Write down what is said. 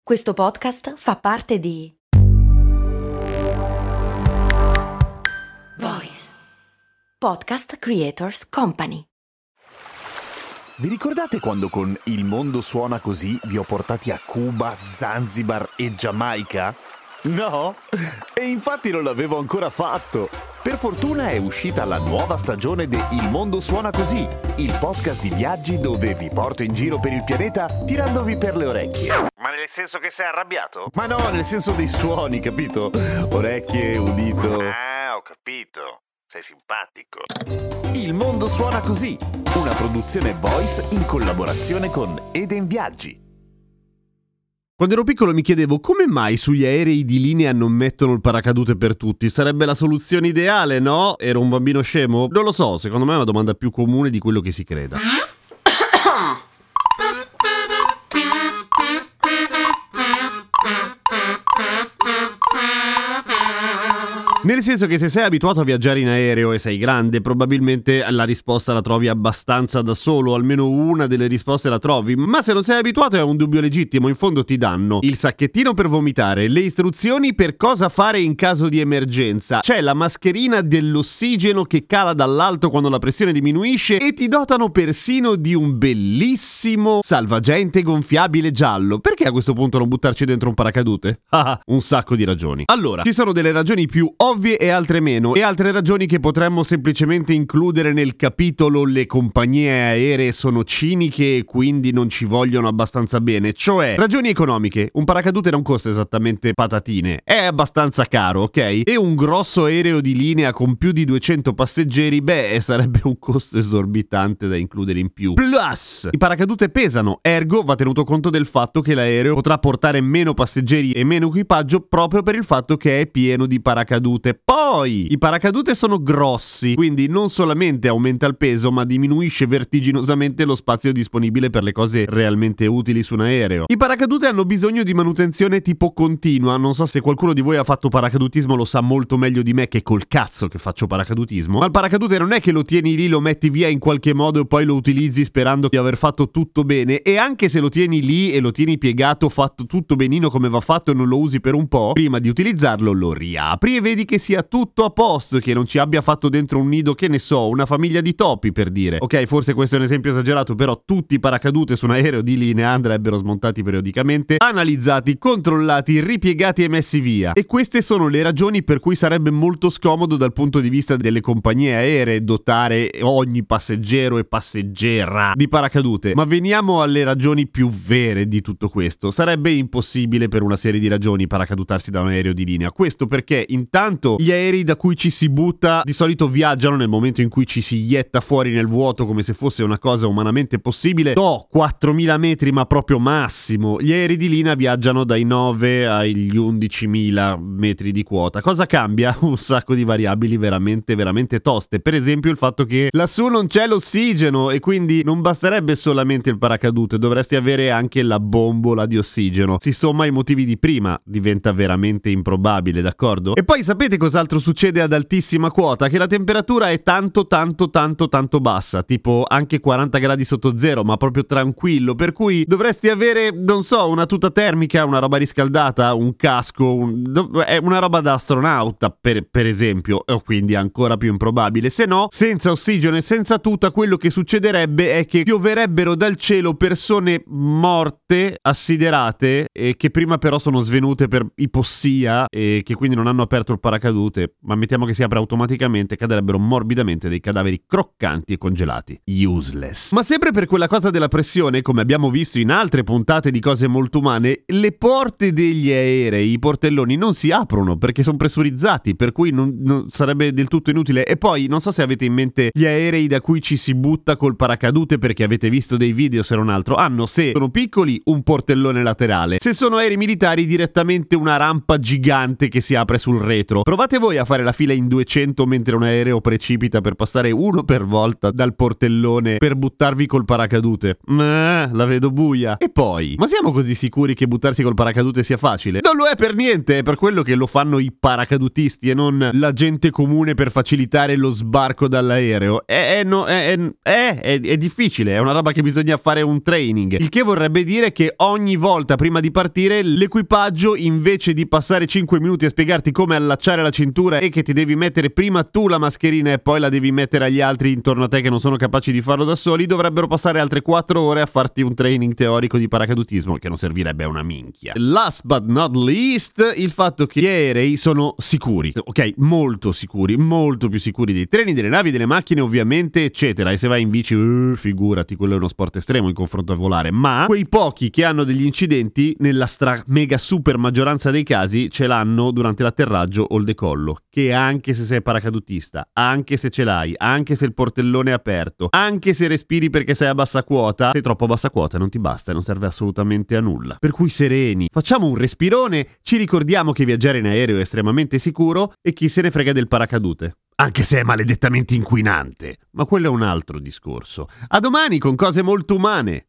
Questo podcast fa parte di Voice Podcast Creators Company. Vi ricordate quando con Il mondo suona così vi ho portati a Cuba, Zanzibar e Giamaica? No? E infatti non l'avevo ancora fatto. Per fortuna è uscita la nuova stagione di Il mondo suona così, il podcast di viaggi dove vi porto in giro per il pianeta tirandovi per le orecchie. Ma nel senso che sei arrabbiato? Ma no, nel senso dei suoni, capito? Orecchie, udito. Ah, ho capito. Sei simpatico. Il mondo suona così, una produzione Voice in collaborazione con Eden Viaggi. Quando ero piccolo mi chiedevo come mai sugli aerei di linea non mettono il paracadute per tutti. Sarebbe la soluzione ideale, no? Ero un bambino scemo? Non lo so, secondo me è una domanda più comune di quello che si creda. Nel senso che se sei abituato a viaggiare in aereo e sei grande, probabilmente la risposta la trovi abbastanza da solo, almeno una delle risposte la trovi, ma se non sei abituato è un dubbio legittimo, in fondo ti danno il sacchettino per vomitare, le istruzioni per cosa fare in caso di emergenza, c'è la mascherina dell'ossigeno che cala dall'alto quando la pressione diminuisce e ti dotano persino di un bellissimo salvagente gonfiabile giallo. Perché a questo punto non buttarci dentro un paracadute? Un sacco di ragioni. Allora, ci sono delle ragioni più ovvie e altre meno, e altre ragioni che potremmo semplicemente includere nel capitolo le compagnie aeree sono ciniche e quindi non ci vogliono abbastanza bene, cioè ragioni economiche. Un paracadute non costa esattamente patatine, è abbastanza caro, ok? E un grosso aereo di linea con più di 200 passeggeri, sarebbe un costo esorbitante da includere in più. Plus, i paracadute pesano, ergo va tenuto conto del fatto che l'aereo potrà portare meno passeggeri e meno equipaggio proprio per il fatto che è pieno di paracadute. Poi i paracadute sono grossi, quindi non solamente aumenta il peso, ma diminuisce vertiginosamente lo spazio disponibile per le cose realmente utili su un aereo. I paracadute hanno bisogno di manutenzione tipo continua. Non so se qualcuno di voi ha fatto paracadutismo, lo sa molto meglio di me, che col cazzo che faccio paracadutismo. Ma il paracadute non è che lo tieni lì, lo metti via in qualche modo e poi lo utilizzi sperando di aver fatto tutto bene. E anche se lo tieni lì e lo tieni piegato, fatto tutto benino come va fatto, e non lo usi per un po', prima di utilizzarlo lo riapri e vedi che sia tutto a posto, che non ci abbia fatto dentro un nido, che ne so, una famiglia di topi, per dire. Ok, forse questo è un esempio esagerato, però tutti i paracadute su un aereo di linea andrebbero smontati periodicamente, analizzati, controllati, ripiegati e messi via. E queste sono le ragioni per cui sarebbe molto scomodo dal punto di vista delle compagnie aeree dotare ogni passeggero e passeggera di paracadute. Ma veniamo alle ragioni più vere di tutto questo. Sarebbe impossibile per una serie di ragioni paracadutarsi da un aereo di linea. Questo perché intanto gli aerei da cui ci si butta di solito viaggiano nel momento in cui ci si ietta fuori nel vuoto, come se fosse una cosa umanamente possibile, 4.000 metri, ma proprio massimo. Gli aerei di linea viaggiano dai 9 agli 11.000 metri di quota. Cosa cambia? Un sacco di variabili veramente toste. Per esempio il fatto che lassù non c'è l'ossigeno e quindi non basterebbe solamente il paracadute, dovresti avere anche la bombola di ossigeno. Si somma ai motivi di prima, diventa veramente improbabile, d'accordo? E poi sapete cos'altro succede ad altissima quota? Che la temperatura è tanto bassa, tipo anche 40 gradi sotto zero, ma proprio tranquillo, per cui dovresti avere, non so, una tuta termica, una roba riscaldata, un casco, è una roba da astronauta, per esempio, o quindi ancora più improbabile. Se no, senza ossigeno e senza tuta, quello che succederebbe è che pioverebbero dal cielo persone morte, assiderate, e che prima però sono svenute per ipossia e che quindi non hanno aperto il paracadute, ma mettiamo che si apre automaticamente, cadrebbero morbidamente dei cadaveri croccanti e congelati. Useless. Ma sempre per quella cosa della pressione, come abbiamo visto in altre puntate di Cose Molto Umane, le porte degli aerei, i portelloni, non si aprono perché sono pressurizzati, per cui non sarebbe del tutto inutile. E poi, non so se avete in mente gli aerei da cui ci si butta col paracadute, perché avete visto dei video, se non altro, hanno, se sono piccoli, un portellone laterale. Se sono aerei militari, direttamente una rampa gigante che si apre sul retro. Provate voi a fare la fila in 200 mentre un aereo precipita per passare uno per volta dal portellone per buttarvi col paracadute. La vedo buia. E poi, ma siamo così sicuri che buttarsi col paracadute sia facile? Non lo è per niente, è per quello che lo fanno i paracadutisti e non la gente comune per facilitare lo sbarco dall'aereo. È difficile, è una roba che bisogna fare un training. Il che vorrebbe dire che ogni volta prima di partire l'equipaggio, invece di passare 5 minuti a spiegarti come allacciare la cintura e che ti devi mettere prima tu la mascherina e poi la devi mettere agli altri intorno a te che non sono capaci di farlo da soli, dovrebbero passare altre 4 ore a farti un training teorico di paracadutismo che non servirebbe a una minchia. Last but not least, il fatto che gli aerei sono sicuri, ok? Molto sicuri, molto più sicuri dei treni, delle navi, delle macchine ovviamente, eccetera. E se vai in bici, figurati, quello è uno sport estremo in confronto a volare. Ma quei pochi che hanno degli incidenti, nella mega super maggioranza dei casi, ce l'hanno durante l'atterraggio o il decollo. Che anche se sei paracadutista, anche se ce l'hai, anche se il portellone è aperto, anche se respiri perché sei a bassa quota, sei troppo a bassa quota, non ti basta e non serve assolutamente a nulla. Per cui sereni, facciamo un respirone, ci ricordiamo che viaggiare in aereo è estremamente sicuro e chi se ne frega del paracadute. Anche se è maledettamente inquinante. Ma quello è un altro discorso. A domani con cose molto umane.